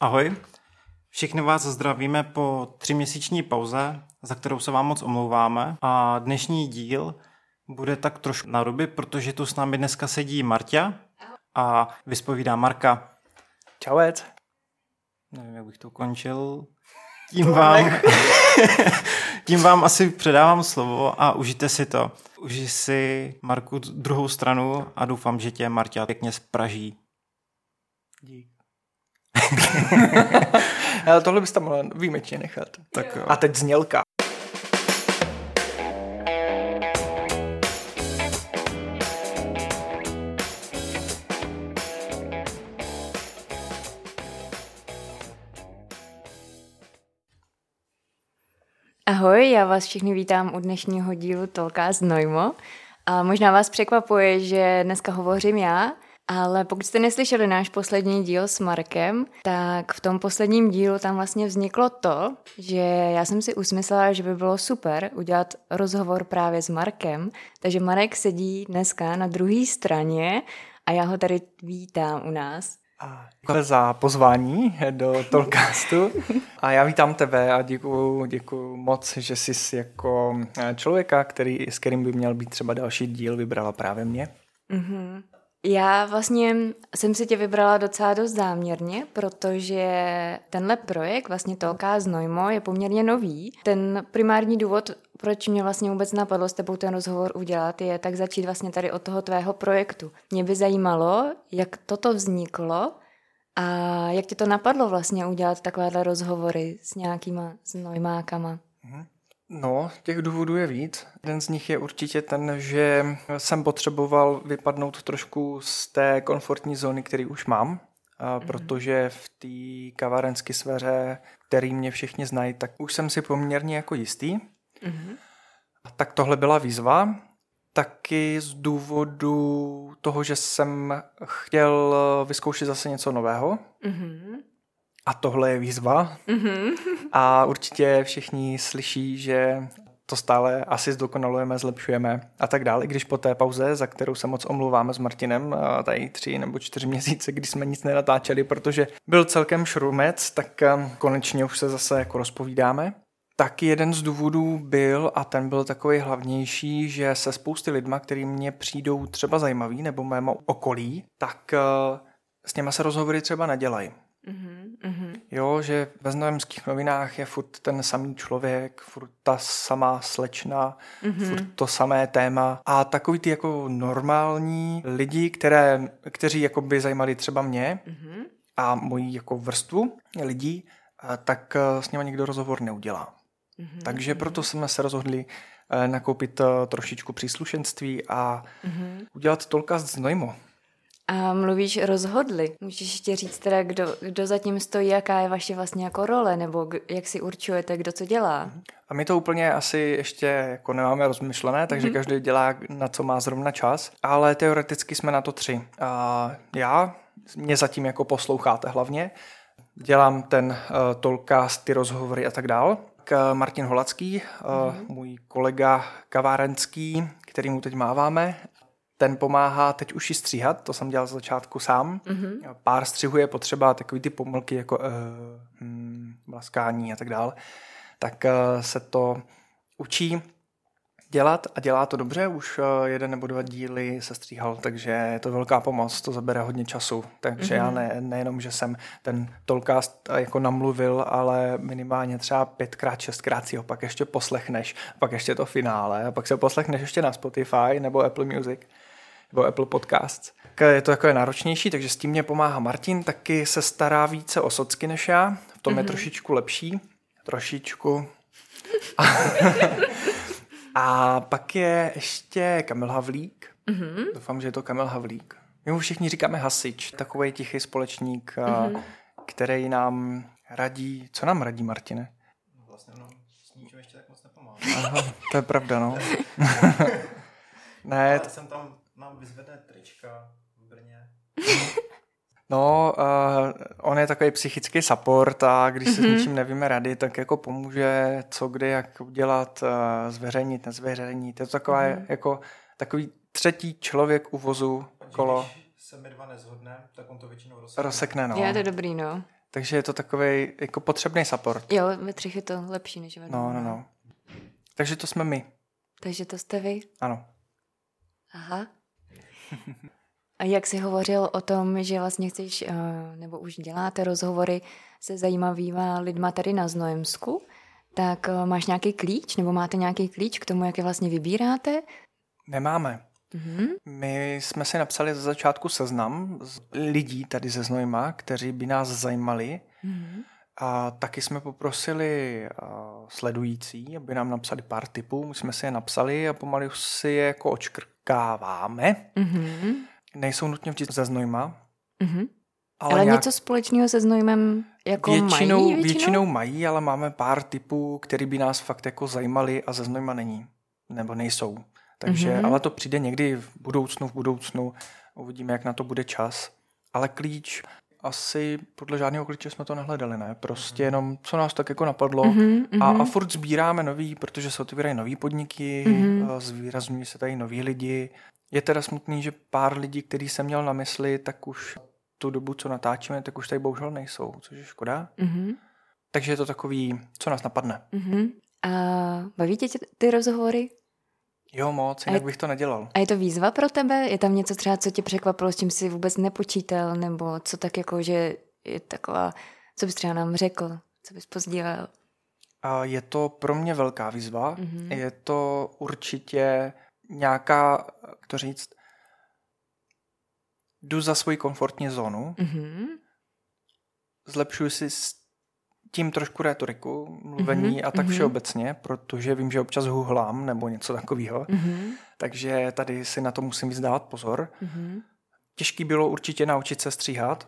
Ahoj, všichni vás zdravíme po 3měsíční pauze, za kterou se vám moc omlouváme. A dnešní díl bude tak trošku na ruby, protože tu s námi dneska sedí Marta a vyspovídá Marka. Čauec. Nevím, jak bych to ukončil. Tím vám asi předávám slovo a užijte si to. Užij si, Marku, druhou stranu a doufám, že tě Marta pěkně spraží. Dík. Ale tohle bys tam mohla výjimečně nechat. Tak a teď znělka. Ahoj, já vás všichni vítám u dnešního dílu Talkcast Neumo. A možná vás překvapuje, že dneska hovořím já, ale pokud jste neslyšeli náš poslední díl s Markem, tak v tom posledním dílu tam vlastně vzniklo to, že já jsem si usmyslela, že by bylo super udělat rozhovor právě s Markem, takže Marek sedí dneska na druhé straně a já ho tady vítám u nás. A děkuji za pozvání do Talkcastu a já vítám tebe a děkuju moc, že jsi jako člověka, s kterým by měl být třeba další díl, vybrala právě mě. Mm-hmm. Já vlastně jsem si tě vybrala docela dost záměrně, protože tenhle projekt, vlastně Talkcast Neumo, je poměrně nový. Ten primární důvod, proč mě vlastně vůbec napadlo s tebou ten rozhovor udělat, je tak začít vlastně tady od toho tvého projektu. Mě by zajímalo, jak toto vzniklo a jak tě to napadlo vlastně udělat takovéhle rozhovory s nějakýma znojmákama. No, těch důvodů je víc. Jeden z nich je určitě ten, že jsem potřeboval vypadnout trošku z té komfortní zóny, který už mám, protože v té kavárenské sféře, který mě všichni znají, tak už jsem si poměrně jako jistý. Tak tohle byla výzva. Taky z důvodu toho, že jsem chtěl vyzkoušet zase něco nového. A tohle je výzva. A určitě všichni slyší, že to stále asi zdokonalujeme, zlepšujeme a tak dále. I když po té pauze, za kterou se moc omlouváme s Martinem, tady 3 nebo 4 měsíce, kdy jsme nic nenatáčeli, protože byl celkem šrumec, tak konečně už se zase jako rozpovídáme. Taky jeden z důvodů byl, a ten byl takový hlavnější, že se spousty lidma, který mě přijdou třeba zajímaví nebo mému okolí, tak s něma se rozhovory třeba nedělají. Jo, že ve Znojemských novinách je furt ten samý člověk, furt ta samá slečna, furt to samé téma a takový ty jako normální lidi, kteří jako by zajímali třeba mě a moji jako vrstvu lidí, tak s nimi nikdo rozhovor neudělá. Takže proto jsme se rozhodli nakoupit trošičku příslušenství a udělat Talkcast Neumo. A mluvíš rozhodli. Můžeš ještě říct teda, kdo za tím stojí, jaká je vaše vlastně jako role, nebo jak si určujete, kdo co dělá? A my to úplně asi ještě jako nemáme rozmyšlené, takže každý dělá, na co má zrovna čas, ale teoreticky jsme na to 3. A mě zatím jako posloucháte hlavně, dělám ten Talkcast, ty rozhovory a tak dál. Martin Holacký, můj kolega kavárenský, kterýmu teď máváme, ten pomáhá teď už i stříhat, to jsem dělal z začátku sám. Pár střihů je potřeba, takový ty pomlky jako blaskání a tak dále. Tak se to učí dělat a dělá to dobře. Už 1 nebo 2 díly se stříhal, takže je to velká pomoc, to zabere hodně času. Takže já nejenom, že jsem ten Talkcast jako namluvil, ale minimálně třeba 5x, 6x si ho pak ještě poslechneš, pak ještě to finále a pak se poslechneš ještě na Spotify nebo Apple Music nebo Apple Podcasts. Je to jako náročnější, takže s tím mě pomáhá Martin, taky se stará více o socky než já, v tom je trošičku lepší, trošičku. A pak je ještě Kamil Havlík. Doufám, že je to Kamil Havlík. My mu všichni říkáme hasič, takovej tichý společník, který nám radí. Co nám radí, Martine? Vlastně s ničím ještě tak moc nepomáhá. Aha, to je pravda, no. Ne. Ale jsem tam, nám vyzvedne trička v Brně. No, on je takový psychický support a když se s ničím nevíme rady, tak jako pomůže, co kde, jak udělat, zveřejnit, nezveřejnit. Je to taková, jako takový třetí člověk u vozu kolo. Když se my dva nezhodneme, tak on to většinou rozsekne. Rozsekne, no. Je to dobrý, no. Takže je to takový jako potřebný support. Jo, ve třech je to lepší než ve dvou. No. Takže to jsme my. Takže to jste vy? Ano. Aha. A jak jsi hovořil o tom, že vlastně chceš, nebo už děláte rozhovory se zajímavýma lidma tady na Znojemsku, tak máš nějaký klíč, nebo máte nějaký klíč k tomu, jak je vlastně vybíráte? Nemáme. My jsme si napsali ze začátku seznam lidí tady ze Znojma, kteří by nás zajímali. A taky jsme poprosili sledující, aby nám napsali pár tipů. My jsme si je napsali a pomalu si je jako očkrkáváme. Nejsou nutně vždy ze Znojma. Ale něco společného se Znojmem jako mají? Většinou mají, ale máme pár tipů, který by nás fakt jako zajímali a ze Znojma není. Nebo nejsou. Takže, ale to přijde někdy v budoucnu. Uvidíme, jak na to bude čas. Ale klíč, asi podle žádného klíče jsme to nehledali, ne? Prostě jenom, co nás tak jako napadlo. A furt sbíráme nový, protože se otvírají nový podniky, zvýrazňují se tady noví lidi. Je teda smutný, že pár lidí, který jsem měl na mysli, tak už tu dobu, co natáčíme, tak už tady bohužel nejsou, což je škoda. Takže je to takový, co nás napadne. A baví tě ty rozhovory? Jo, moc, jinak bych to nedělal. A je to výzva pro tebe? Je tam něco třeba, co tě překvapilo, s čím jsi vůbec nepočítal, nebo co tak jako, že je taková, co bys třeba nám řekl, co bys pozdílel? Je to pro mě velká výzva. Je to určitě nějaká, jak to říct, jdu za svoji komfortní zónu, zlepšuji si s tím trošku rétoriku, mluvení a tak všeobecně, protože vím, že občas huhlám nebo něco takového. Takže tady si na to musím víc dávat pozor. Těžký bylo určitě naučit se stříhat,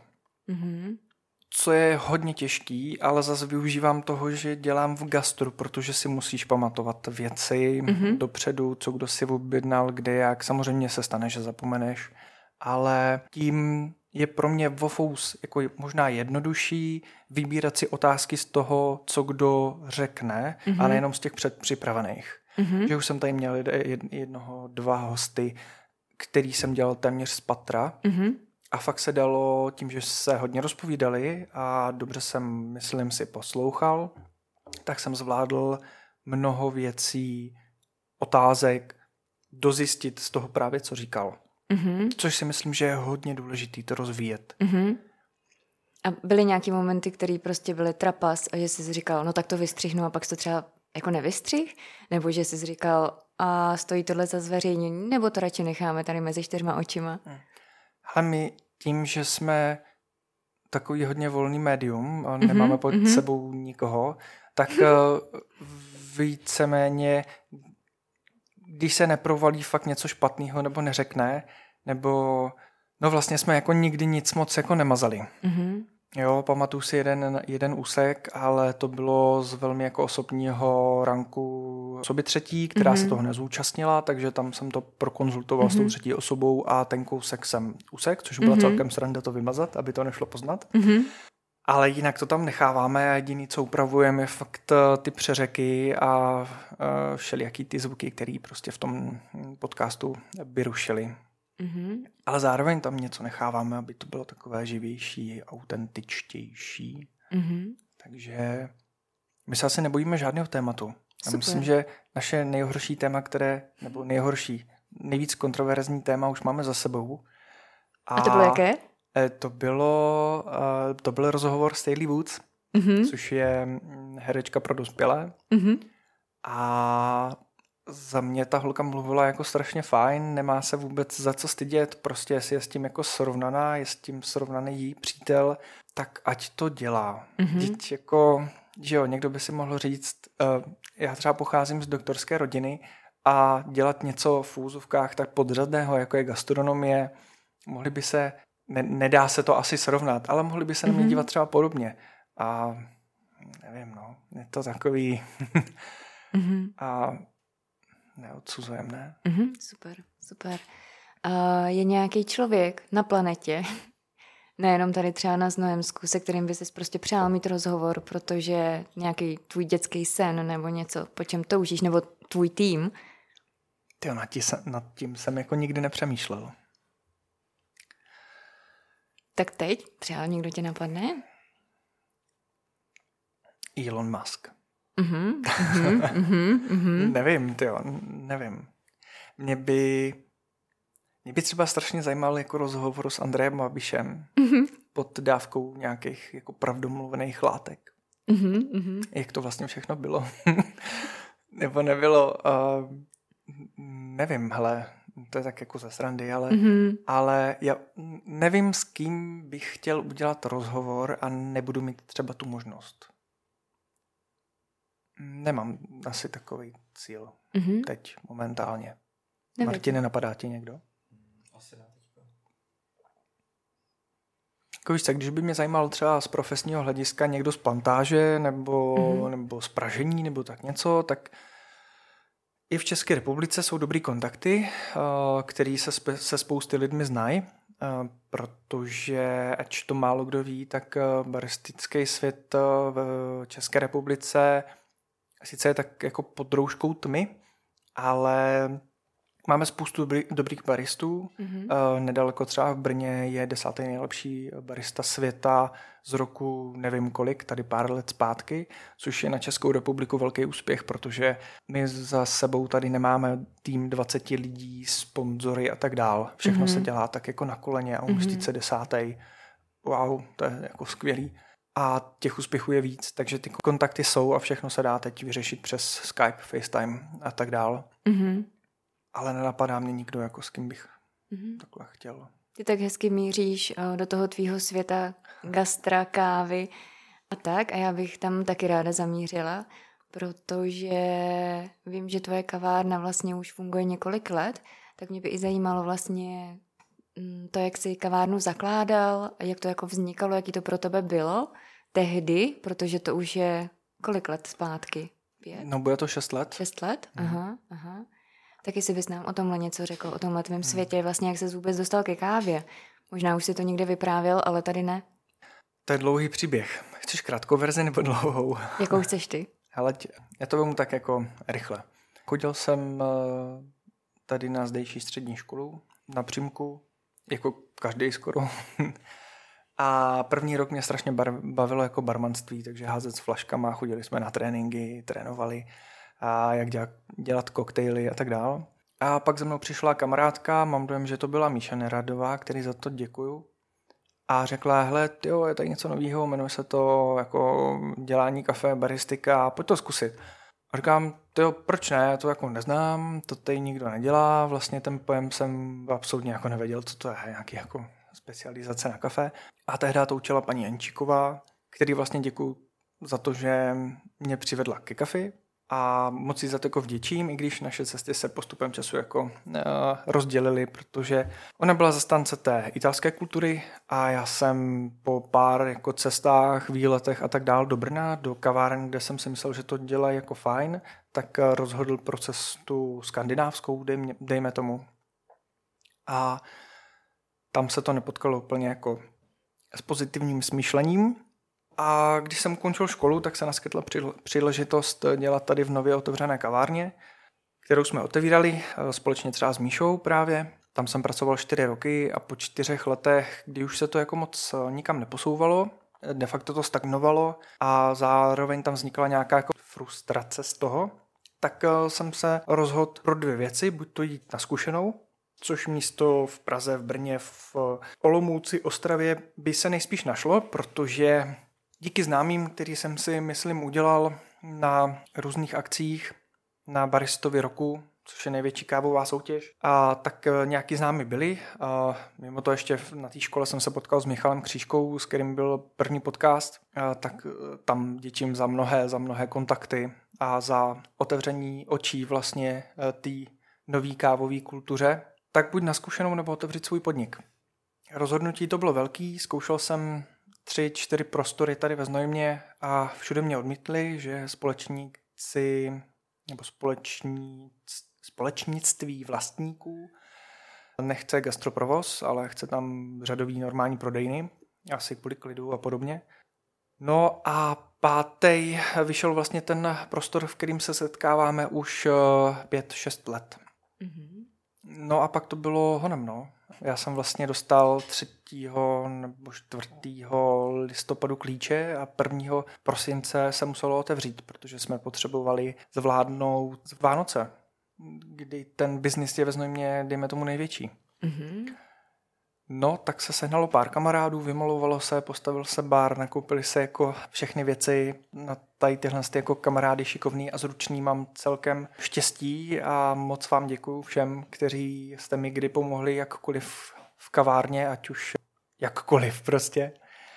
co je hodně těžký, ale zase využívám toho, že dělám v gastru, protože si musíš pamatovat věci dopředu, co kdo si objednal, kde, jak. Samozřejmě se stane, že zapomeneš, ale tím je pro mě vofous jako možná jednodušší vybírat si otázky z toho, co kdo řekne, a nejenom z těch předpřipravených. Že už jsem tady měl dva hosty, který jsem dělal téměř z patra a fakt se dalo tím, že se hodně rozpovídali a dobře jsem, myslím si, poslouchal, tak jsem zvládl mnoho věcí, otázek, dozjistit z toho právě, co říkal. Což si myslím, že je hodně důležitý to rozvíjet. A byly nějaký momenty, které prostě byly trapas a že jsi říkal, no tak to vystřihnu a pak jsi to třeba jako nevystřih? Nebo že jsi říkal, a stojí tohle za zveřejnění, nebo to radši necháme tady mezi 4 očima? Ale my tím, že jsme takový hodně volný médium a nemáme pod sebou nikoho, tak víceméně, když se neprovalí fakt něco špatného nebo neřekne, nebo no vlastně jsme jako nikdy nic moc jako nemazali. Jo, pamatuju si jeden úsek, ale to bylo z velmi jako osobního ranku osoby třetí, která se toho nezúčastnila, takže tam jsem to prokonzultoval s tou třetí osobou a ten kousek jsem usek, což byla celkem sranda to vymazat, aby to nešlo poznat. Ale jinak to tam necháváme a jediný, co upravujeme, je fakt ty přeřeky a všelijaký ty zvuky, které prostě v tom podcastu by rušily. Ale zároveň tam něco necháváme, aby to bylo takové živější, autentičtější. Takže my se asi nebojíme žádného tématu. Já myslím, že naše nejhorší téma, nejvíc kontroverzní téma už máme za sebou. A to bylo jaké? To byl rozhovor s Hayley Woods, což je herečka pro dospělé. A za mě ta holka mluvila jako strašně fajn, nemá se vůbec za co stydět, prostě jestli je s tím jako srovnaná, je s tím srovnaný její přítel, tak ať to dělá. Teď jako, že jo, někdo by si mohl říct, já třeba pocházím z doktorské rodiny a dělat něco v úzovkách tak podřadného, jako je gastronomie, mohli by se, nedá se to asi srovnat, ale mohli by se na mě dívat třeba podobně. A nevím, no, je to takový a neodsuzujeme, ne? Super. A je nějaký člověk na planetě, nejenom tady třeba na Znojemsku, se kterým by jsi prostě přál mít rozhovor, protože nějaký tvůj dětský sen nebo něco, po čem toužíš, nebo tvůj tým? Tyjo, nad tím jsem jako nikdy nepřemýšlel. Tak teď třeba někdo tě napadne? Elon Musk. Nevím. Mě by třeba strašně zajímal jako rozhovor s Andrejem Babišem pod dávkou nějakých jako pravdomluvených látek. Jak to vlastně všechno bylo. Nebo nebylo. Nevím, hele, to je tak jako ze srandy, ale já nevím, s kým bych chtěl udělat rozhovor a nebudu mít třeba tu možnost. Nemám asi takový cíl teď momentálně. Martine, napadá ti někdo? Asi ne teďka. Víš, tak když by mě zajímal třeba z profesního hlediska někdo z plantáže nebo z pražení nebo tak něco, tak i v České republice jsou dobrý kontakty, který se spousty lidmi znají, protože, ač to málo kdo ví, tak baristický svět v České republice sice je tak jako pod rouškou tmy, ale máme spoustu dobrých baristů. Nedaleko třeba v Brně je 10. nejlepší barista světa z roku nevím kolik, tady pár let zpátky, což je na Českou republiku velký úspěch, protože my za sebou tady nemáme tým 20 lidí, sponzory a tak dál. Všechno se dělá tak jako na koleně a umístit se 10. Wow, to je jako skvělý. A těch úspěchů je víc, takže ty kontakty jsou a všechno se dá teď vyřešit přes Skype, FaceTime a tak dál. Ale nenapadá mě nikdo, jako s kým bych takhle chtěl. Ty tak hezky míříš do toho tvýho světa gastra, kávy a tak. A já bych tam taky ráda zamířila, protože vím, že tvoje kavárna vlastně už funguje několik let, tak mě by i zajímalo vlastně to, jak jsi kavárnu zakládal a jak to jako vznikalo, jaký to pro tebe bylo tehdy, protože to už je kolik let zpátky? 5? No, bude to 6 let. 6 let? Aha. Tak jestli bys nám o tomhle něco řekl, o tomhle tvém světě, vlastně jak se vůbec dostal ke kávě. Možná už si to někde vyprávěl, ale tady ne. To je dlouhý příběh. Chceš krátkou verzi nebo dlouhou? Jakou chceš ty? Hele, já to vemu tak jako rychle. Chodil jsem tady na zdejší střední školu, na Přímku, jako každý skoro. A první rok mě strašně bavilo jako barmanství, takže házet s flaškama, chodili jsme na tréninky, trénovali a jak dělat koktejly a tak dál. A pak za mnou přišla kamarádka, mám dojem, že to byla Míša Neradová, který za to děkuju. A řekla, hele, tyjo, je tady něco novýho, jmenuje se to jako dělání kafe, baristika, pojď to zkusit. A říkám, tyjo, proč ne, já to jako neznám, to tady nikdo nedělá, vlastně ten pojem jsem absolutně jako nevěděl, co to je, nějaký jako specializace na kafe. A tehdy to učila paní Jančíková, který vlastně děkuju za to, že mě přivedla ke kafi a moc si za to jako vděčím, i když naše cesty se postupem času jako rozdělily, protože ona byla zastánce té italské kultury a já jsem po pár jako cestách, výletech a tak dál do Brna, do kaváren, kde jsem si myslel, že to dělají jako fajn, tak rozhodl pro cestu skandinávskou, dejme tomu. A tam se to nepotkalo úplně jako s pozitivním smýšlením. A když jsem ukončil školu, tak se naskytla příležitost dělat tady v nově otevřené kavárně, kterou jsme otevírali společně třeba s Míšou právě. Tam jsem pracoval 4 roky a po 4 letech, kdy už se to jako moc nikam neposouvalo, de facto to stagnovalo a zároveň tam vznikla nějaká jako frustrace z toho, tak jsem se rozhodl pro 2 věci, buď to jít na zkušenou, což místo v Praze, v Brně, v Olomouci, Ostravě by se nejspíš našlo, protože díky známým, který jsem si, myslím, udělal na různých akcích na Baristovi roku, což je největší kávová soutěž, a tak nějaký známí byli. A mimo to ještě na té škole jsem se potkal s Michalem Křížkou, s kterým byl první podcast, tak tam děčím za mnohé kontakty a za otevření očí vlastně té nový kávové kultuře. Tak buď na zkušenou nebo otevřít svůj podnik. Rozhodnutí to bylo velký, zkoušel jsem 3-4 prostory tady ve Znojmě a všude mě odmítli, že společníci nebo společnictví vlastníků nechce gastroprovoz, ale chce tam řadový normální prodejny, asi kvůli klidu a podobně. No a 5. vyšel vlastně ten prostor, v kterým se setkáváme už 5-6 let. No a pak to bylo honem, no. Já jsem vlastně dostal 3. nebo 4. listopadu klíče a 1. prosince se muselo otevřít, protože jsme potřebovali zvládnout Vánoce, kdy ten biznis je ve Znojmě, dejme tomu, největší. Mm-hmm. No, tak se sehnalo pár kamarádů, vymalovalo se, postavil se bar, nakoupili se jako všechny věci. Na tady tyhle jako kamarády šikovný a zručný mám celkem štěstí a moc vám děkuju všem, kteří jste mi kdy pomohli jakkoliv v kavárně, ať už jakkoliv prostě.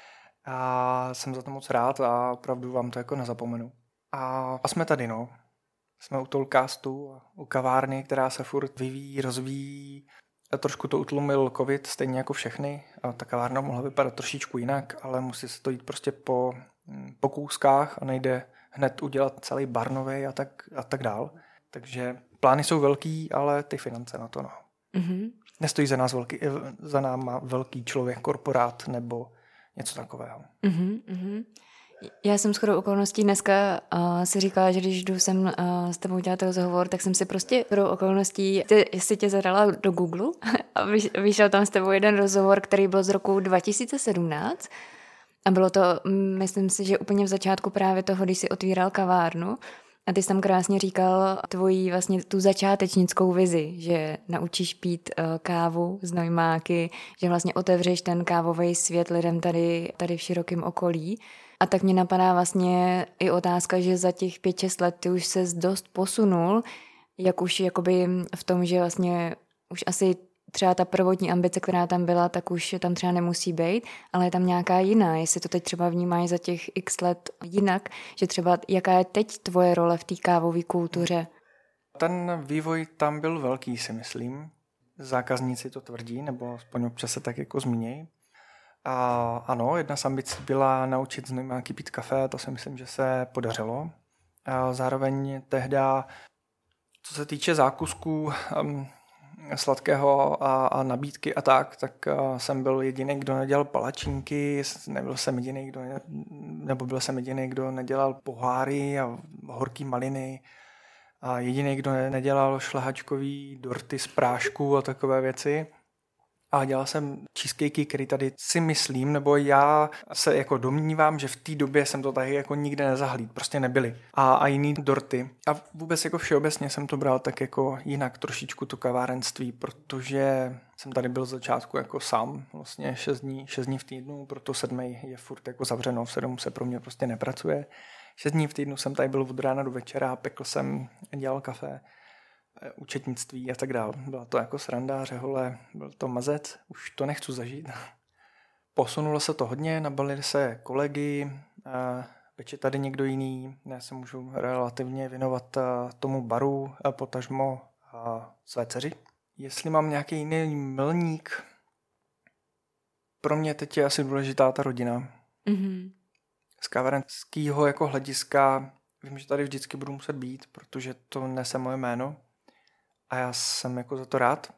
A jsem za to moc rád a opravdu vám to jako nezapomenu. A jsme tady, no. Jsme u Talkastu, u kavárny, která se furt vyvíjí, rozvíjí. A trošku to utlumil covid, stejně jako všechny. A ta kavárna mohla vypadat trošičku jinak, ale musí se to jít prostě po kouskách a nejde hned udělat celý bar novej a tak dál. Takže plány jsou velký, ale ty finance na to, no. Mm-hmm. Nestojí za náma velký člověk, korporát nebo něco takového. Mm-hmm. Já jsem shodou okolností dneska si říkala, že když jdu sem s tebou dělat rozhovor, tak jsem si prostě shodou okolností jestli tě zadala do Google a vyšel tam s tebou jeden rozhovor, který byl z roku 2017 a bylo to, myslím si, že úplně v začátku právě toho, když jsi otvíral kavárnu a ty jsi tam krásně říkal tvoji vlastně tu začátečnickou vizi, že naučíš pít kávu z Znojmáky, že vlastně otevřeš ten kávový svět lidem tady v širokém okolí. A tak mě napadá vlastně i otázka, že za těch 5-6 let ty už ses dost posunul, jak už jakoby v tom, že vlastně už asi třeba ta prvotní ambice, která tam byla, tak už tam třeba nemusí být, ale je tam nějaká jiná. Jestli to teď třeba vnímáš za těch x let jinak, že třeba jaká je teď tvoje role v té kávové kultuře? Ten vývoj tam byl velký, si myslím. Zákazníci to tvrdí, nebo aspoň občas se tak jako zmínějí. A ano, jedna z ambicí byla naučit Znojmáky pít kafe, to si myslím, že se podařilo. A zároveň tehda, co se týče zákusků sladkého a nabídky a tak jsem byl jediný, kdo nedělal palačinky, byl jsem jediný, kdo nedělal poháry a horký maliny a jediný, kdo nedělal šlehačkový dorty z prášku a takové věci. A dělal jsem cheesecakey, který tady si myslím, nebo já se jako domnívám, že v té době jsem to tady jako nikde nezahlíd, prostě nebyly. A jiný dorty. A vůbec jako všeobecně jsem to bral tak jako jinak trošičku to kavárenství, protože jsem tady byl z začátku jako sám, vlastně 6 dní v týdnu, proto 7. je furt jako zavřeno, v 7 se pro mě prostě nepracuje. 6 dní v týdnu jsem tady byl od rána do večera, pekl jsem, dělal kafe, účetnictví a tak dál. Byla to jako sranda, řehole, byl to mazec, už to nechci zažít. Posunulo se to hodně, nabalili se kolegy, veď je tady někdo jiný, já se můžu relativně věnovat tomu baru, potažmo své dceři. Jestli mám nějaký jiný milník, pro mě teď je asi důležitá ta rodina. Mm-hmm. Z kavárenského jako hlediska vím, že tady vždycky budu muset být, protože to nese moje jméno. A já jsem jako za to rád.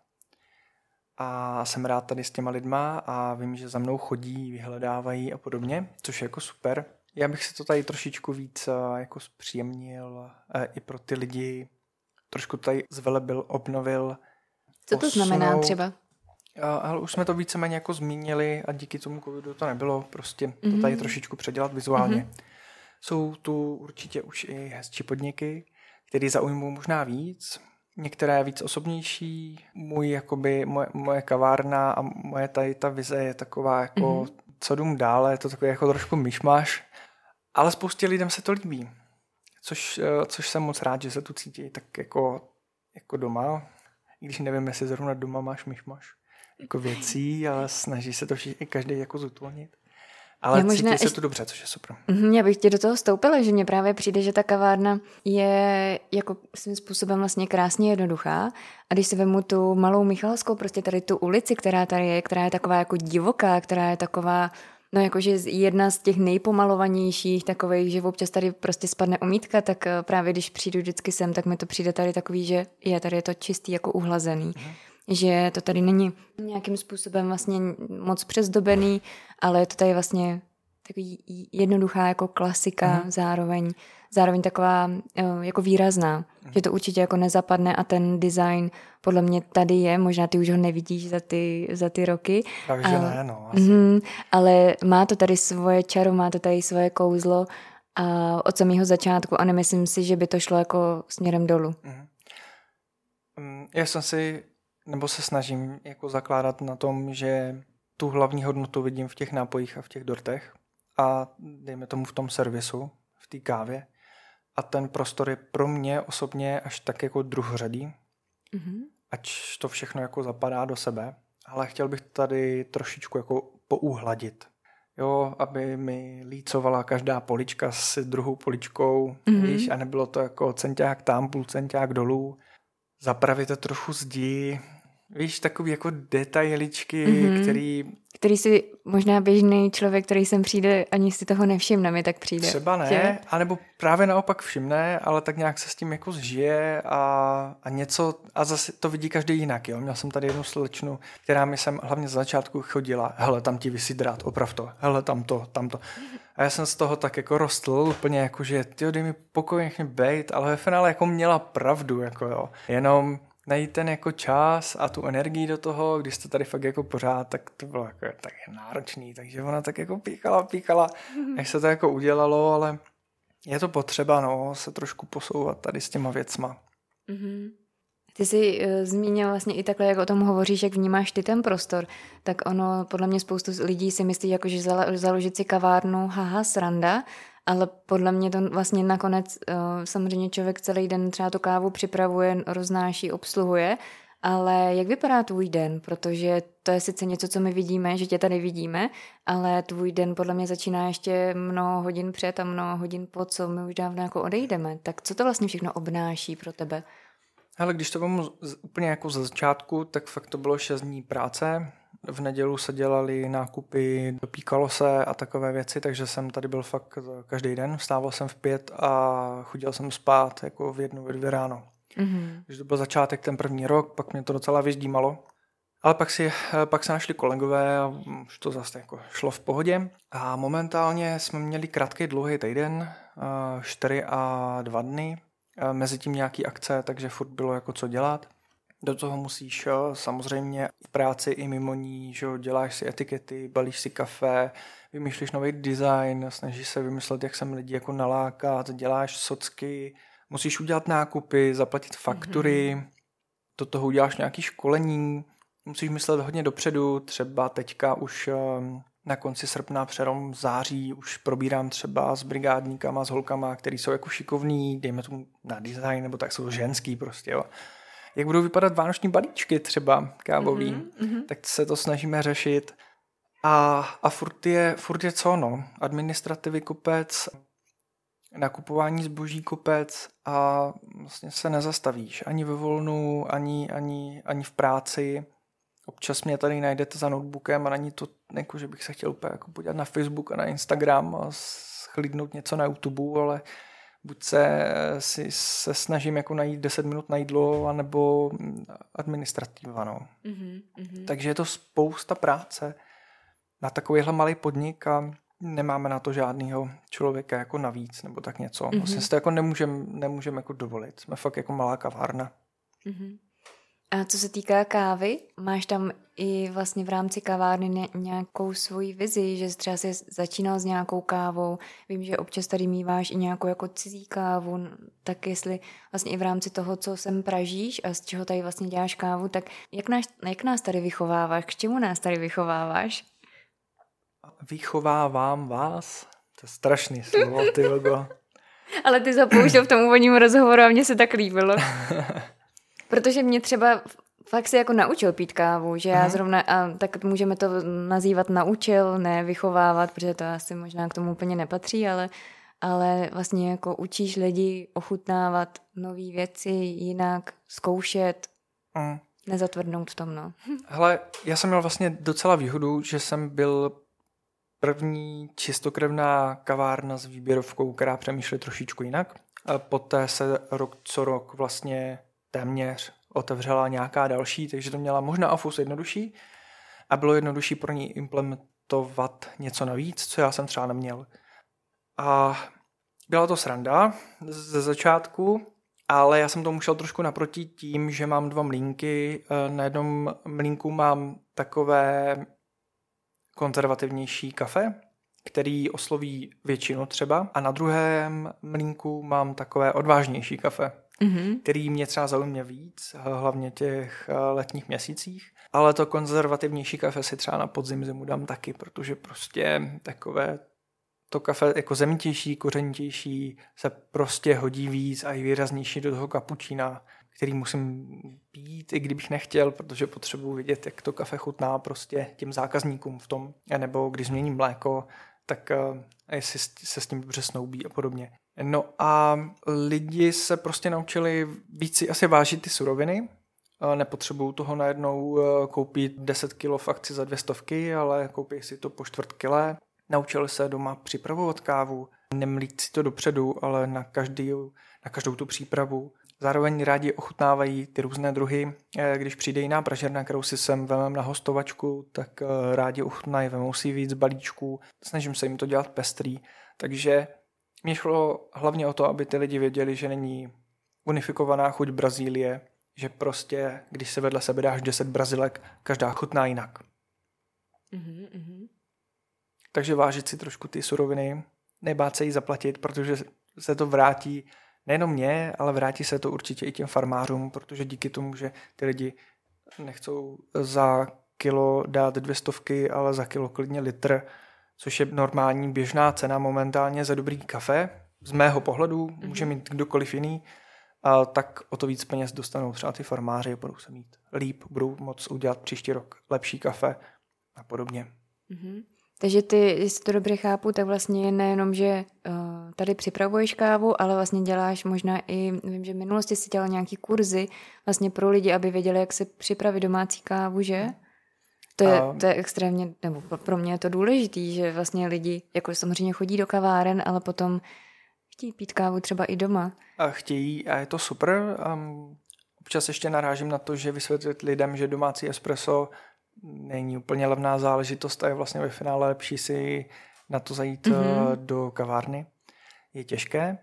A jsem rád tady s těma lidma a vím, že za mnou chodí, vyhledávají a podobně, což je jako super. Já bych si to tady trošičku víc jako zpříjemnil i pro ty lidi. Trošku tady zvelebil, obnovil. Co to znamená třeba? Ale už jsme to víceméně jako zmínili a díky tomu covidu to nebylo. Prostě to tady trošičku předělat vizuálně. Jsou tu určitě už i hezčí podniky, které zaujmou možná víc. Některé víc osobnější. Moje kavárna a moje tady ta vize je taková jako co dům dále, je to takový jako trošku myšmaš. Ale spoustě lidem se to líbí. Což jsem moc rád, že se tu cítí tak jako doma. I když nevím, jestli zrovna doma máš myšmaš jako věcí, ale snaží se to každý jako zutvolnit. Ale cítí se tu dobře, což je super. Já bych tě do toho vstoupila, že mně právě přijde, že ta kavárna je jako svým způsobem vlastně krásně jednoduchá. A když si vemu tu malou Michalskou, prostě tady tu ulici, která tady je, která je taková jako divoká, která je taková, no jakože jedna z těch nejpomalovanějších takových, že občas tady prostě spadne omítka, tak právě když přijdu vždycky sem, tak mi to přijde tady takový, že tady je to čistý jako uhlazený. Že to tady není nějakým způsobem vlastně moc přezdobený, ale je to tady vlastně takový jednoduchá jako klasika, zároveň taková jako výrazná, že to určitě jako nezapadne a ten design podle mě tady je, možná ty už ho nevidíš za ty roky. Takže ne, no. Ale má to tady svoje čaro, má to tady svoje kouzlo a od samého začátku a nemyslím si, že by to šlo jako směrem dolů. Já jsem si, nebo se snažím jako zakládat na tom, že tu hlavní hodnotu vidím v těch nápojích a v těch dortech a dejme tomu v tom servisu, v té kávě. A ten prostor je pro mě osobně až tak jako druhořadý, ač to všechno jako zapadá do sebe, ale chtěl bych tady trošičku jako poúhladit. Jo, aby mi lícovala každá polička s druhou poličkou, víš, a nebylo to jako centák tam, půl centák dolů. Zapravit to trochu zdi, víš, takový jako detailičky, který si možná běžný člověk, který sem přijde, ani si toho nevšimne, mi tak přijde. Třeba ne, že? Anebo právě naopak všimne, ale tak nějak se s tím jako zžije a něco, a zase to vidí každý jinak, jo. Měl jsem tady jednu slečnu, která mi sem hlavně z začátku chodila, hele, tam ti visí drát, oprav to, hele, tamto. A já jsem z toho tak jako rostl, úplně jako, že tyjo, dej mi pokoj, nech mě bejt, ale ve finále jako měla pravdu, jako jo. Jenom najít ten jako čas a tu energii do toho, když jste tady fakt jako pořád, tak to bylo jako tak náročný, takže ona tak jako píchala, až se to jako udělalo, ale je to potřeba, no, se trošku posouvat tady s těma věcma. Ty jsi zmínil vlastně i takhle, jak o tom hovoříš, jak vnímáš ty ten prostor, tak ono, podle mě spoustu lidí si myslí, jako, že založit si kavárnu, haha, sranda, ale podle mě to vlastně nakonec samozřejmě člověk celý den třeba tu kávu připravuje, roznáší, obsluhuje, ale jak vypadá tvůj den? Protože to je sice něco, co my vidíme, že tě tady vidíme, ale tvůj den podle mě začíná ještě mnoho hodin před a mnoho hodin po, co my už dávno jako odejdeme. Tak co to vlastně všechno obnáší pro tebe? Ale když to vemu úplně jako ze začátku, tak fakt to bylo 6 dní práce. V nedělu se dělaly nákupy, dopíkalo se a takové věci, takže jsem tady byl fakt každý den. Vstával jsem v 5 a chodil jsem spát jako v 1, v 2 ráno. Když to byl začátek, ten první rok, pak mě to docela vyždímalo. Ale pak se našli kolegové a už to zase jako šlo v pohodě. A momentálně jsme měli krátký, dlouhý týden, 4 a 2 dny. Mezi tím nějaký akce, takže furt bylo jako co dělat. Do toho musíš samozřejmě v práci i mimo ní, že děláš si etikety, balíš si kafe, vymýšlíš nový design, snažíš se vymyslet, jak sem lidi jako nalákat, děláš socky, musíš udělat nákupy, zaplatit faktury, do toho uděláš nějaký školení, musíš myslet hodně dopředu, třeba teďka už na konci srpna, přelom září už probírám třeba s brigádníkama, s holkama, který jsou jako šikovní, dejme tomu na design, nebo tak jsou ženský prostě, jo. Jak budou vypadat vánoční balíčky třeba kávový, tak se to snažíme řešit. A furt je co, no? Administrativy kopec, nakupování zboží kopec a vlastně se nezastavíš. Ani ve volnu, ani v práci. Občas mě tady najdete za notebookem a není to, jako, že bych se chtěl úplně jako podívat na Facebook a na Instagram a schlídnout něco na YouTube, ale buď se snažím jako najít 10 minut na jídlo, anebo administrativa, no. Takže je to spousta práce na takovýhle malý podnik a nemáme na to žádného člověka jako navíc, nebo tak něco. Vlastně si to jako nemůžem jako dovolit. Jsme fakt jako malá kavárna. A co se týká kávy, máš tam i vlastně v rámci kavárny nějakou svoji vizi, že třeba jsi začínal s nějakou kávou, vím, že občas tady míváš i nějakou jako cizí kávu, tak jestli vlastně i v rámci toho, co sem pražíš a z čeho tady vlastně děláš kávu, tak jak nás tady vychováváš, k čemu nás tady vychováváš? Vychovávám vás? To je strašný slovo, ty logo. Ale ty jsi ho použil v tom úvodním rozhovoru a mně se tak líbilo. Protože mě třeba fakt se jako naučil pít kávu, že já zrovna, a tak můžeme to nazývat naučil, ne vychovávat, protože to asi možná k tomu úplně nepatří, ale vlastně jako učíš lidi ochutnávat nové věci, jinak zkoušet, nezatvrdnout v tom, no. Hele, já jsem měl vlastně docela výhodu, že jsem byl první čistokrevná kavárna s výběrovkou, která přemýšlí trošičku jinak. A poté se rok co rok vlastně téměř otevřela nějaká další, takže to měla možná afus jednodušší a bylo jednodušší pro ní implementovat zoptovat něco navíc, co já jsem třeba neměl. A byla to sranda ze začátku, ale já jsem to musel trošku naproti tím, že mám 2 mlýnky. Na jednom mlýnku mám takové konzervativnější kafe, který osloví většinu třeba. A na druhém mlýnku mám takové odvážnější kafe, který mě třeba zaujme víc, hlavně těch letních měsících. Ale to konzervativnější kafe si třeba na podzim zimu dám taky, protože prostě takové to kafe jako zemitější, kořenitější se prostě hodí víc a i výraznější do toho kapučína, který musím pít, i kdybych nechtěl, protože potřebuji vidět, jak to kafe chutná prostě těm zákazníkům v tom, nebo když změním mléko, tak jestli se s tím dobře snoubí a podobně. No a lidi se prostě naučili víc si asi vážit ty suroviny. Nepotřebují toho najednou koupit 10 kg v akci za 200, ale koupí si to po 1/4 kile. Naučili se doma připravovat kávu, nemlít si to dopředu, ale na každou tu přípravu. Zároveň rádi ochutnávají ty různé druhy. Když přijde jiná pražerna, kterou si sem vemem na hostovačku, tak rádi ochutnají, vemou si víc balíčků. Snažím se jim to dělat pestrý. Takže mě šlo hlavně o to, aby ty lidi věděli, že není unifikovaná chuť Brazílie, že prostě, když se vedle sebe dáš 10 Brazilek, každá chutná jinak. Takže vážit si trošku ty suroviny, nebát se jí zaplatit, protože se to vrátí nejenom mně, ale vrátí se to určitě i těm farmářům, protože díky tomu, že ty lidi nechcou za kilo dát 200, ale za kilo klidně litr, což je normální běžná cena momentálně za dobrý kafe. Z mého pohledu může mít kdokoliv jiný, tak o to víc peněz dostanou třeba ty farmáři, budou se mít líp, budou moct udělat příští rok lepší kafe a podobně. Takže ty, jestli to dobře chápu, tak vlastně nejenom, že tady připravuješ kávu, ale vlastně děláš možná i, vím, že v minulosti jsi dělal nějaký kurzy vlastně pro lidi, aby věděli, jak se připravit domácí kávu, že? To je extrémně, nebo pro mě je to důležitý, že vlastně lidi jako samozřejmě chodí do kaváren, ale potom chtějí pít kávu třeba i doma. Chtějí a je to super. Občas ještě narážím na to, že vysvětlit lidem, že domácí espresso není úplně levná záležitost a je vlastně ve finále lepší si na to zajít do kavárny. Je těžké.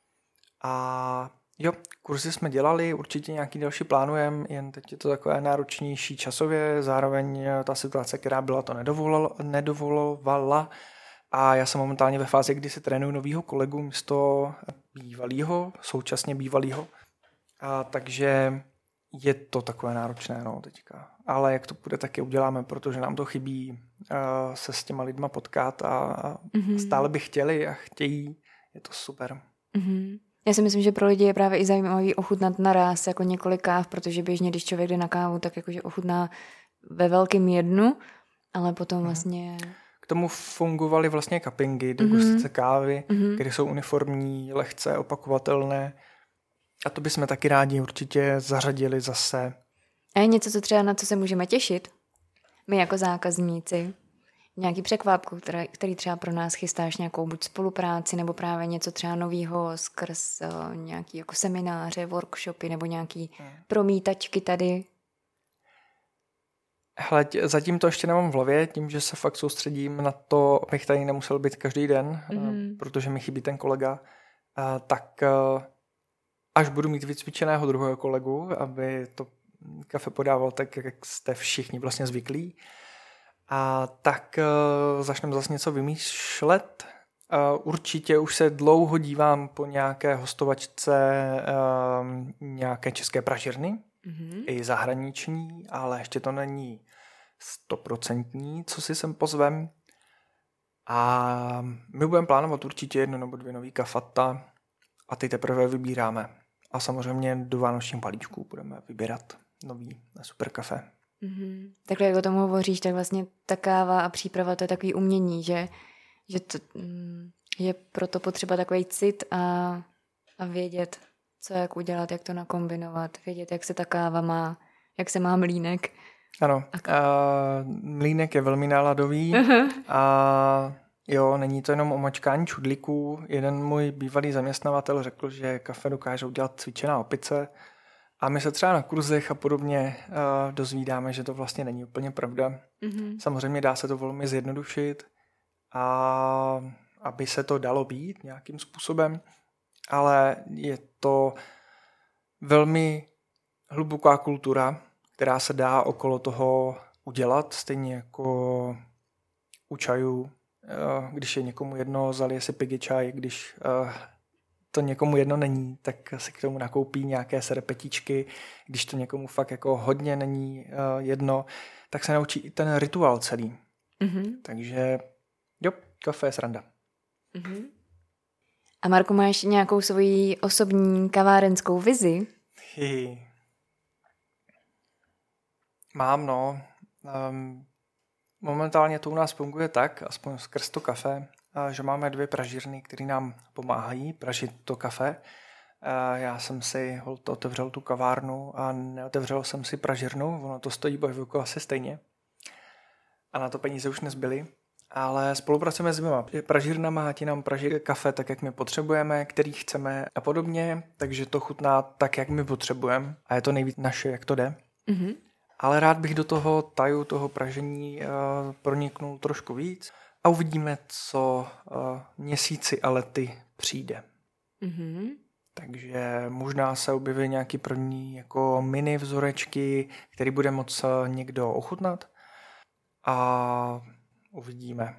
A jo, kurzy jsme dělali, určitě nějaký další plánujeme, jen teď je to takové náročnější časově, zároveň ta situace, která byla, to nedovolovala. A já jsem momentálně ve fázi, kdy si trénuju novýho kolegu místo současně bývalýho. Takže je to takové náročné teďka. Ale jak to půjde, tak je uděláme, protože nám to chybí se s těma lidma potkat a stále by chtěli a chtějí. Je to super. Já si myslím, že pro lidi je právě i zajímavý ochutnat naráz jako několik káv, protože běžně, když člověk jde na kávu, tak jakože ochutná ve velkém jednu, ale potom vlastně... K tomu fungovaly vlastně cuppingy, degustace kávy, které jsou uniformní, lehce opakovatelné. A to bychom taky rádi určitě zařadili zase. A je něco, co třeba na co se můžeme těšit? My jako zákazníci. Nějaký překvapku, který třeba pro nás chystáš, nějakou buď spolupráci, nebo právě něco třeba novýho skrz nějaký jako semináře, workshopy, nebo nějaký promítačky tady? Hele, zatím to ještě nemám v hlavě, tím, že se fakt soustředím na to, abych tady nemusel být každý den, protože mi chybí ten kolega, tak až budu mít vycvičeného druhého kolegu, aby to kafe podával tak, jak jste všichni vlastně zvyklí, tak začneme zase něco vymýšlet. Určitě už se dlouho dívám po nějaké hostovačce nějaké české pražírny, i zahraniční, ale ještě to není 100%, co si sem pozvem. A my budeme plánovat určitě 1 nebo 2 nový kafata a ty teprve vybíráme. A samozřejmě do vánočních balíčků budeme vybírat nový super kafe. Takhle, jak o tom hovoříš, tak vlastně ta káva a příprava, to je takový umění, že je proto potřeba takový cit a vědět, co jak udělat, jak to nakombinovat, vědět, jak se ta káva má, jak se má mlýnek. Ano, mlýnek je velmi náladový a jo, není to jenom o mačkání čudlíků. Jeden můj bývalý zaměstnavatel řekl, že kafe dokáže udělat cvičená opice A my se třeba na kurzech a podobně dozvídáme, že to vlastně není úplně pravda. Samozřejmě dá se to velmi zjednodušit, a aby se to dalo být nějakým způsobem, ale je to velmi hluboká kultura, která se dá okolo toho udělat, stejně jako u čajů. Když je někomu jedno, zalije si pigi čaj, když to někomu jedno není, tak si k tomu nakoupí nějaké serpetičky. Když to někomu fakt jako hodně není jedno, tak se naučí i ten rituál celý. Takže jo, kafe je sranda. A Marku, máš nějakou svoji osobní kavárenskou vizi? Mám, no. Momentálně to u nás funguje tak, aspoň skrz to kafe, že máme 2 pražírny, které nám pomáhají pražit to kafe. Já jsem si otevřel tu kavárnu a neotevřel jsem si pražírnu, ono to stojí bojovku asi stejně. A na to peníze už nezbyly. Ale spolupracujeme s 2 pražírnama a ti nám praží kafe tak, jak my potřebujeme, který chceme a podobně, takže to chutná tak, jak my potřebujeme a je to nejvíc naše, jak to jde. Ale rád bych do toho taju, toho pražení proniknul trošku víc a uvidíme, co měsíci a lety přijde. Takže možná se objeví nějaký první jako mini vzorečky, který bude moct někdo ochutnat a uvidíme.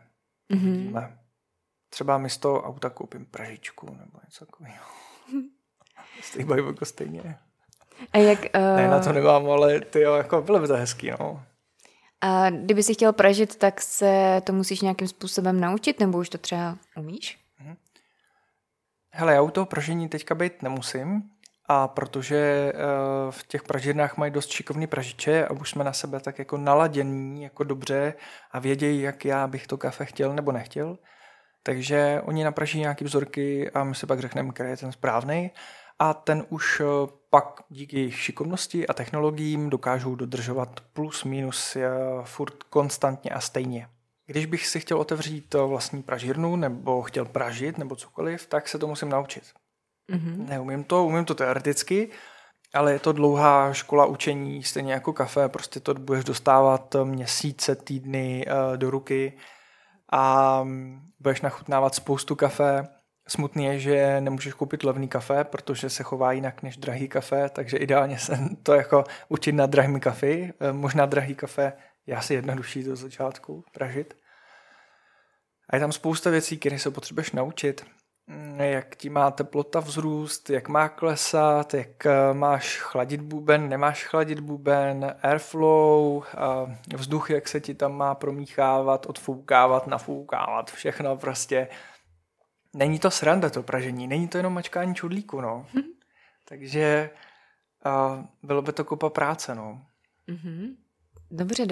Třeba místo auta koupím pražičku nebo něco takového. Stojí bajvoko stejně. A jak, Ne, na to nemám, ale ty jo, jako bylo by to hezký, no. A kdyby si chtěl pražit, tak se to musíš nějakým způsobem naučit, nebo už to třeba umíš? Hele, já u toho pražení teďka být nemusím, a protože v těch pražírnách mají dost šikovný pražiče a už jsme na sebe tak jako naladění jako dobře a vědějí, jak já bych to kafe chtěl nebo nechtěl. Takže oni napraží nějaký vzorky a my si pak řekneme, který je ten správný. A ten už pak díky jejich šikovnosti a technologiím dokážou dodržovat plus minus furt konstantně a stejně. Když bych si chtěl otevřít vlastní pražírnu nebo chtěl pražit nebo cokoliv, tak se to musím naučit. Neumím to, umím to teoreticky, ale je to dlouhá škola učení, stejně jako kafe, prostě to budeš dostávat měsíce, týdny do ruky a budeš nachutnávat spoustu kafe. Smutný je, že nemůžeš koupit levný kafe, protože se chová jinak než drahý kafe, takže ideálně se to jako učit na drahým kafe. Možná drahý kafe je asi jednodušší do začátku pražit. A je tam spousta věcí, které se potřebuješ naučit. Jak ti má teplota vzrůst, jak má klesat, jak máš chladit buben, nemáš chladit buben, airflow, vzduch, jak se ti tam má promíchávat, odfoukávat, nafoukávat, všechno prostě. Není to sranda to pražení, není to jenom mačkání čudlíku, no. Takže bylo by to kupa práce, no. Dobře.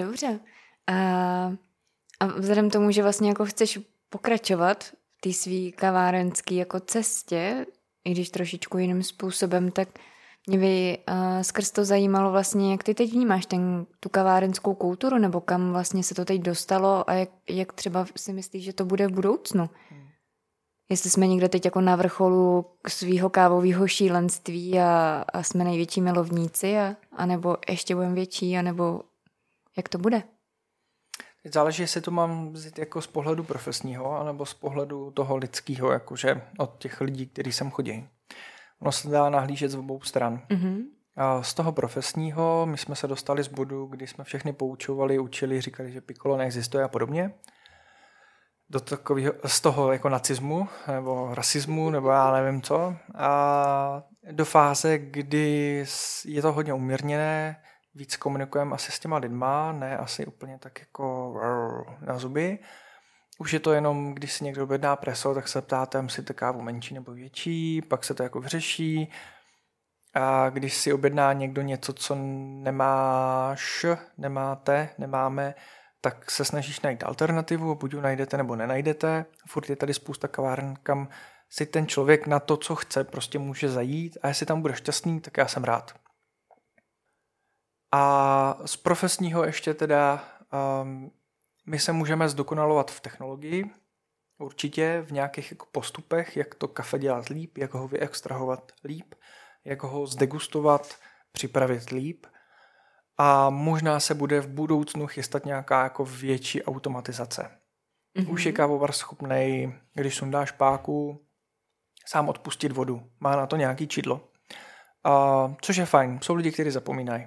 A vzhledem tomu, že vlastně jako chceš pokračovat v té svý kavárenský jako cestě, i když trošičku jiným způsobem, tak mě by skrz to zajímalo vlastně, jak ty teď vnímáš tu kavárenskou kulturu, nebo kam vlastně se to teď dostalo a jak třeba si myslíš, že to bude v budoucnu. Jestli jsme někde teď jako na vrcholu svýho kávového šílenství a jsme největší milovníci, a nebo ještě budeme větší, anebo jak to bude? Teď záleží, jestli to mám vzít jako z pohledu profesního, anebo z pohledu toho lidského, jakože od těch lidí, kteří sem chodí. Ono se dá nahlížet z obou stran. A z toho profesního my jsme se dostali z bodu, kdy jsme všechny poučovali, učili, říkali, že piccolo neexistuje a podobně. Do takového, z toho jako nacismu nebo rasismu nebo já nevím co. A do fáze, kdy je to hodně umírněné, víc komunikujeme asi s těma lidma, ne asi úplně tak jako na zuby. Už je to jenom, když si někdo objedná preso, tak se ptáte, jestli to kávu menší nebo větší, pak se to jako vyřeší. A když si objedná někdo něco, co nemáme, tak se snažíš najít alternativu, buď ji najdete nebo nenajdete. Furt je tady spousta kaváren, kam si ten člověk na to, co chce, prostě může zajít a jestli tam bude šťastný, tak já jsem rád. A z profesního ještě teda my se můžeme zdokonalovat v technologii, určitě v nějakých jako postupech, jak to kafe dělat líp, jak ho vyextrahovat líp, jak ho zdegustovat připravit líp. A možná se bude v budoucnu chystat nějaká jako větší automatizace. Už je kávovar schopnej, když sundá špáku, sám odpustit vodu. Má na to nějaký čidlo. Což je fajn. Jsou lidi, kteří zapomínají.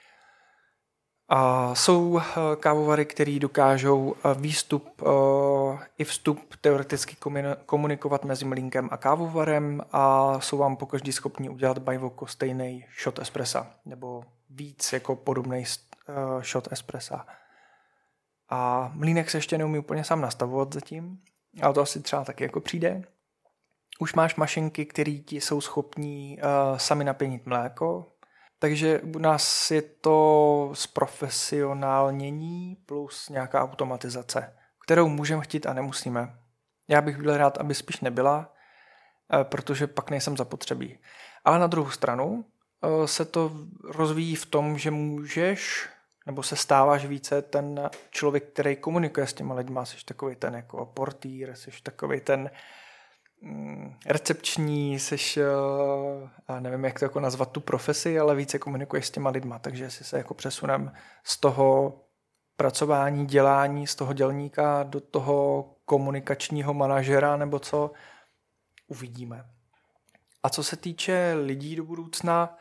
A jsou kávovary, které dokážou výstup i vstup teoreticky komunikovat mezi mlýnkem a kávovarem a jsou vám pokaždý schopni udělat bajvoko stejný shot espressa nebo víc jako podobný shot espressa. A mlýnek se ještě neumí úplně sám nastavovat zatím, ale to asi třeba taky jako přijde. Už máš mašinky, které ti jsou schopní sami napěnit mléko, takže u nás je to zprofesionálnění plus nějaká automatizace, kterou můžeme chtít a nemusíme. Já bych byl rád, aby spíš nebyla, protože pak nejsem zapotřebí. Ale na druhou stranu se to rozvíjí v tom, že můžeš, nebo se stáváš více ten člověk, který komunikuje s těma lidma, jsi takový ten jako portýr, jsi takový ten recepční, seš, nevím, jak to jako nazvat tu profesi, ale více komunikuješ s těma lidma, takže si se jako přesunem z toho pracování, dělání, z toho dělníka do toho komunikačního manažera nebo co, uvidíme. A co se týče lidí do budoucna,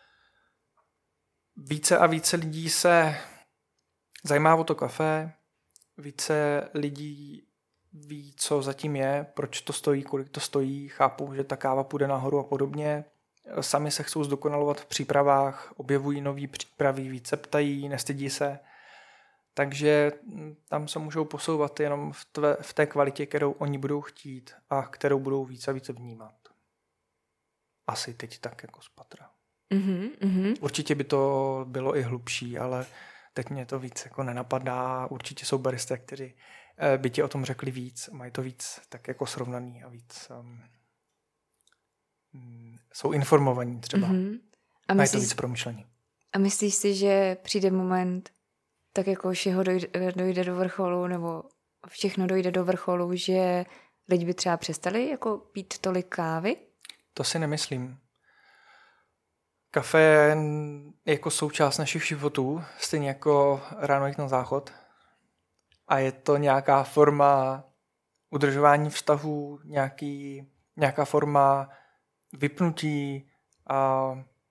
více a více lidí se zajímá o to kafe, více lidí ví, co zatím je, proč to stojí, kolik to stojí, chápu, že ta káva půjde nahoru a podobně. Sami se chcou zdokonalovat v přípravách, objevují nový přípravy, více ptají, nestydí se. Takže tam se můžou posouvat jenom v té kvalitě, kterou oni budou chtít a kterou budou více a více vnímat. Asi teď tak jako z patra. Určitě by to bylo i hlubší, ale teď mě to víc jako nenapadá. Určitě jsou baristé, kteří by ti o tom řekli víc, mají to víc tak jako srovnaný a víc jsou informovaní třeba. A mají to víc promyšlení. A myslíš si, že přijde moment, tak jako všeho dojde do vrcholu, nebo všechno dojde do vrcholu, že lidi by třeba přestali jako pít tolik kávy? To si nemyslím. Kafe je jako součást našich životů, stejně jako ráno jít na záchod. A je to nějaká forma udržování vztahů, nějaká forma vypnutí a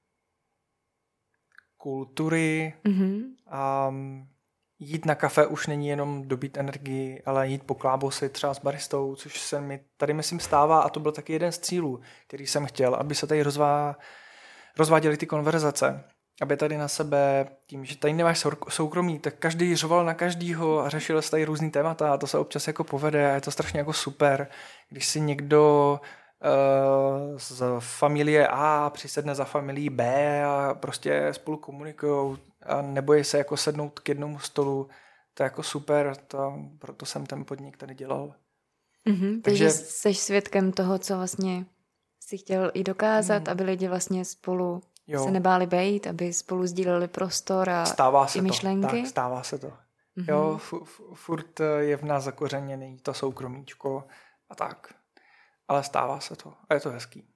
kultury. A jít na kafe už není jenom dobít energii, ale jít po klábosi třeba s baristou, což se mi tady myslím stává a to byl taky jeden z cílů, který jsem chtěl, aby se tady rozváděly ty konverzace. Aby tady na sebe, tím, že tady nemáš soukromí, tak každý řoval na každýho a řešil se tady různý témata a to se občas jako povede a je to strašně jako super. Když si někdo z familie A přisedne za familií B a prostě spolu komunikujou a nebojí se jako sednout k jednomu stolu, to je jako super, proto jsem ten podnik tady dělal. Takže jsi svědkem toho, co vlastně si chtěl i dokázat, aby lidi vlastně spolu se nebáli bejt, aby spolu sdíleli prostor a i myšlenky. Tak, stává se to. Jo, furt je v nás zakořeněný to soukromíčko a tak. Ale stává se to a je to hezký.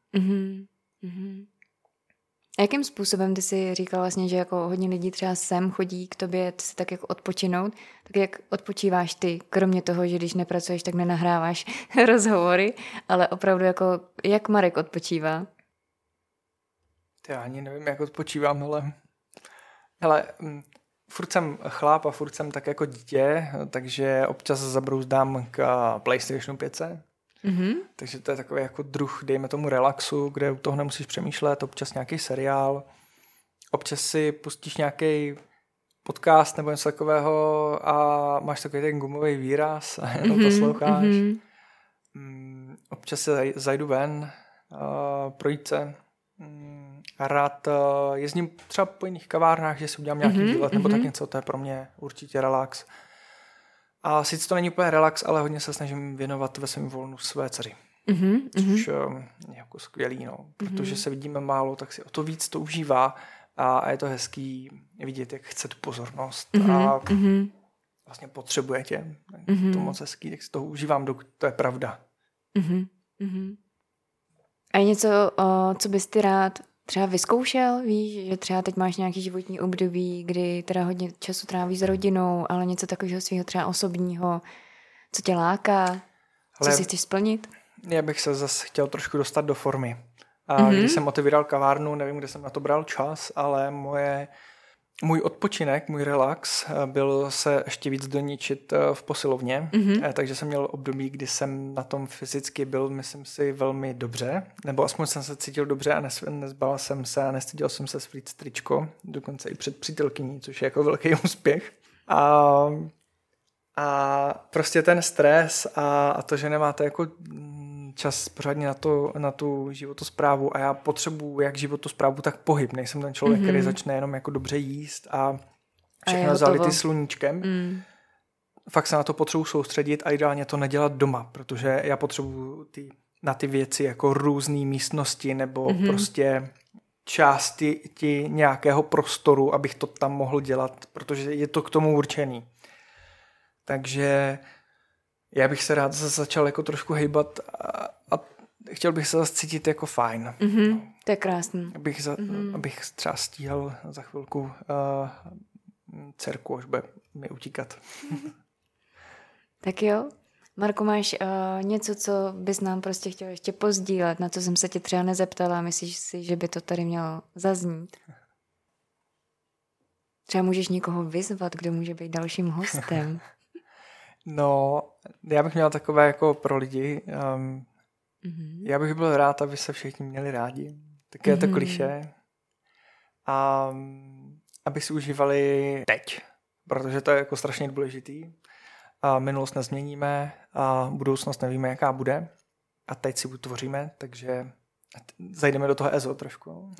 A jakým způsobem ty jsi říkal vlastně, že jako hodně lidí třeba sem chodí k tobě si tak jako odpočinout, tak jak odpočíváš ty, kromě toho, že když nepracuješ, tak nenahráváš rozhovory, ale opravdu jako, jak Marek odpočívá? Já ani nevím, jak odpočívám, ale furt jsem chlap a furt jsem tak jako dítě, takže občas zabrouzdám k PlayStationu 5. Takže to je takový jako druh, dejme tomu relaxu, kde u toho nemusíš přemýšlet, občas nějaký seriál, občas si pustíš nějaký podcast nebo něco takového a máš takový ten gumový výraz a jenom posloucháš. Občas se zajdu ven, projít se. Rád jezdím třeba po jiných kavárnách, že si udělám nějaký výlet nebo tak něco, to je pro mě určitě relax. A sice to není úplně relax, ale hodně se snažím věnovat ve svém volnu své dceři. Což je jako skvělý, protože se vidíme málo, tak si o to víc to užívá a je to hezký vidět, jak chce tu pozornost a vlastně potřebuje tě. To moc hezký, tak si toho užívám, dokud to je pravda. A je něco, co bys ty rád třeba vyzkoušel? Víš, že třeba teď máš nějaký životní období, kdy teda hodně času trávíš s rodinou, ale něco takového svého třeba osobního, co tě láká, co si chceš splnit? Já bych se zase chtěl trošku dostat do formy. A když jsem otevíral kavárnu, nevím, kde jsem na to bral čas, ale můj odpočinek, můj relax byl se ještě víc doničit v posilovně, takže jsem měl období, kdy jsem na tom fyzicky byl, myslím si, velmi dobře, nebo aspoň jsem se cítil dobře a nezbal jsem se a nestyděl jsem se svít tričko, dokonce i před přítelkyní, což je jako velký úspěch. A prostě ten stres a to, že nemáte jako čas pořádně na tu životosprávu a já potřebuji jak životosprávu, tak pohyb. Nejsem ten člověk, který začne jenom jako dobře jíst a všechno zalitý sluníčkem. Fakt se na to potřebuji soustředit a ideálně to nedělat doma, protože já potřebuji na ty věci jako různé místnosti nebo prostě části nějakého prostoru, abych to tam mohl dělat, protože je to k tomu určený. Takže já bych se rád začal jako trošku hejbat a chtěl bych se zase cítit jako fajn. To je krásný. Abych třeba stíhal za chvilku dcerku, až bude mi utíkat. Tak jo. Marko, máš něco, co bys nám prostě chtěl ještě pozdílet, na co jsem se tě třeba nezeptala a myslíš si, že by to tady mělo zaznít? Třeba můžeš někoho vyzvat, kdo může být dalším hostem. No, já bych měl takové jako pro lidi. Já bych byl rád, aby se všichni měli rádi. Tak je to klišé. A aby si užívali teď, protože to je jako strašně důležitý. A minulost nezměníme a budoucnost nevíme, jaká bude. A teď si utvoříme, takže zajdeme do toho EZO trošku.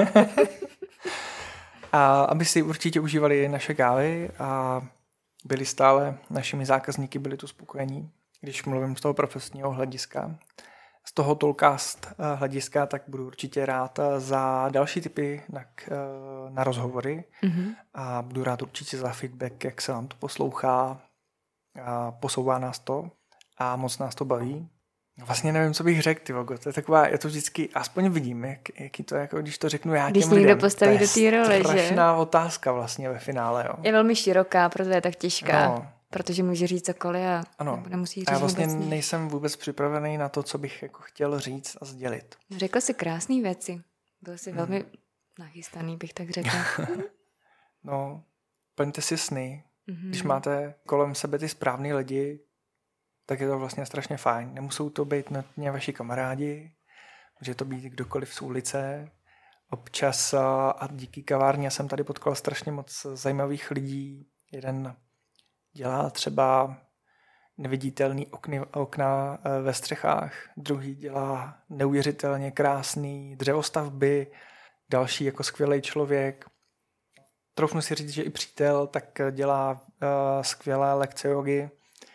A aby si určitě užívali naše kávy a byli stále našimi zákazníky, byli tu spokojení, když mluvím z toho profesního hlediska. Z toho Talkcast hlediska, tak budu určitě rád za další tipy na rozhovory a budu rád určitě za feedback, jak se vám to poslouchá a posouvá nás to a moc nás to baví. Vlastně nevím, co bych řekl, ty vogo. To je taková, já to vždycky aspoň vidím, jaký to jako, když to řeknu já když těm lidem. Když někdo postaví do té role, že? To je strašná otázka vlastně ve finále, jo. Je velmi široká, proto je tak těžká, protože může říct cokoliv a nemusí říct a já vlastně vůbec nejsem vůbec připravený na to, co bych jako chtěl říct a sdělit. Řekl jsi krásné věci. Byl jsi velmi nachystaný, bych tak řekla. No, plňte si sny. Když máte kolem sebe ty správný lidi, tak je to vlastně strašně fajn. Nemusou to být nutně vaši kamarádi, může to být kdokoliv z ulice. Občas a díky kavárně jsem tady potkal strašně moc zajímavých lidí. Jeden dělá třeba neviditelný okna ve střechách, druhý dělá neuvěřitelně krásný dřevostavby, další jako skvělý člověk. Troufnu si říct, že i přítel tak dělá skvělé lekce jogy.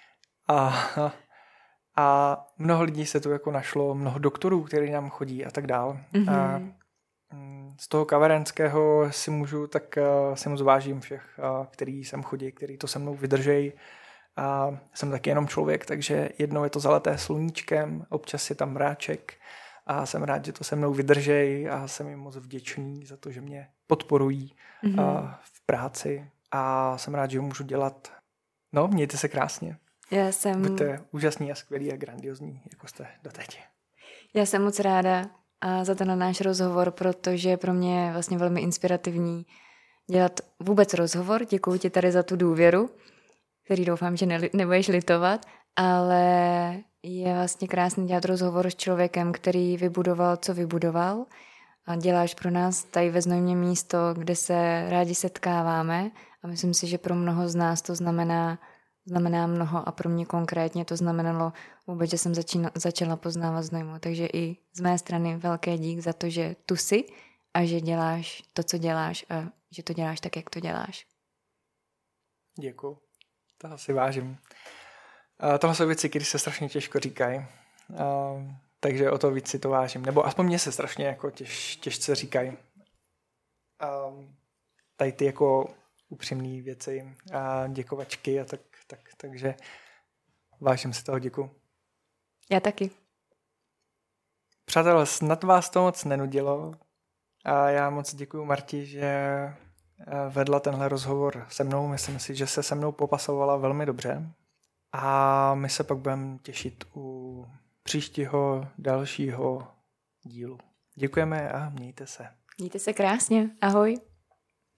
A mnoho lidí se tu jako našlo, mnoho doktorů, kteří nám chodí a tak dál. A z toho kavárenského si moc vážím všech, který sem chodí, který to se mnou vydržejí. A jsem taky jenom člověk, takže jednou je to zaleté sluníčkem, občas je tam mráček a jsem rád, že to se mnou vydržejí a jsem jim moc vděčný za to, že mě podporují v práci a jsem rád, že můžu dělat. No, mějte se krásně. Buďte úžasní a skvělí a grandiozní, jako jste doteď. Já jsem moc ráda za ten náš rozhovor, protože pro mě je vlastně velmi inspirativní dělat vůbec rozhovor. Děkuji ti tady za tu důvěru, který doufám, že nebudeš litovat, ale je vlastně krásný dělat rozhovor s člověkem, který vybudoval, co vybudoval a děláš pro nás tady ve Znojmě místo, kde se rádi setkáváme a myslím si, že pro mnoho z nás to znamená mnoho a pro mě konkrétně to znamenalo vůbec, že jsem začala poznávat Znojmu. Takže i z mé strany velký dík za to, že tu jsi a že děláš to, co děláš a že to děláš tak, jak to děláš. Děkuju. Toho si vážím. Tohle jsou věci, které se strašně těžko říkají. Takže o to víc si to vážím. Nebo aspoň mě se strašně jako těžce říkají. Tady ty jako upřímné věci a děkovačky a takže vážím si toho, děkuju. Já taky. Přátelé, snad vás to moc nenudilo A já moc děkuju Marti, že vedla tenhle rozhovor se mnou. Myslím si, že se se mnou popasovala velmi dobře. A my se pak budeme těšit u příštího dalšího dílu. Děkujeme a mějte se. Mějte se krásně. Ahoj.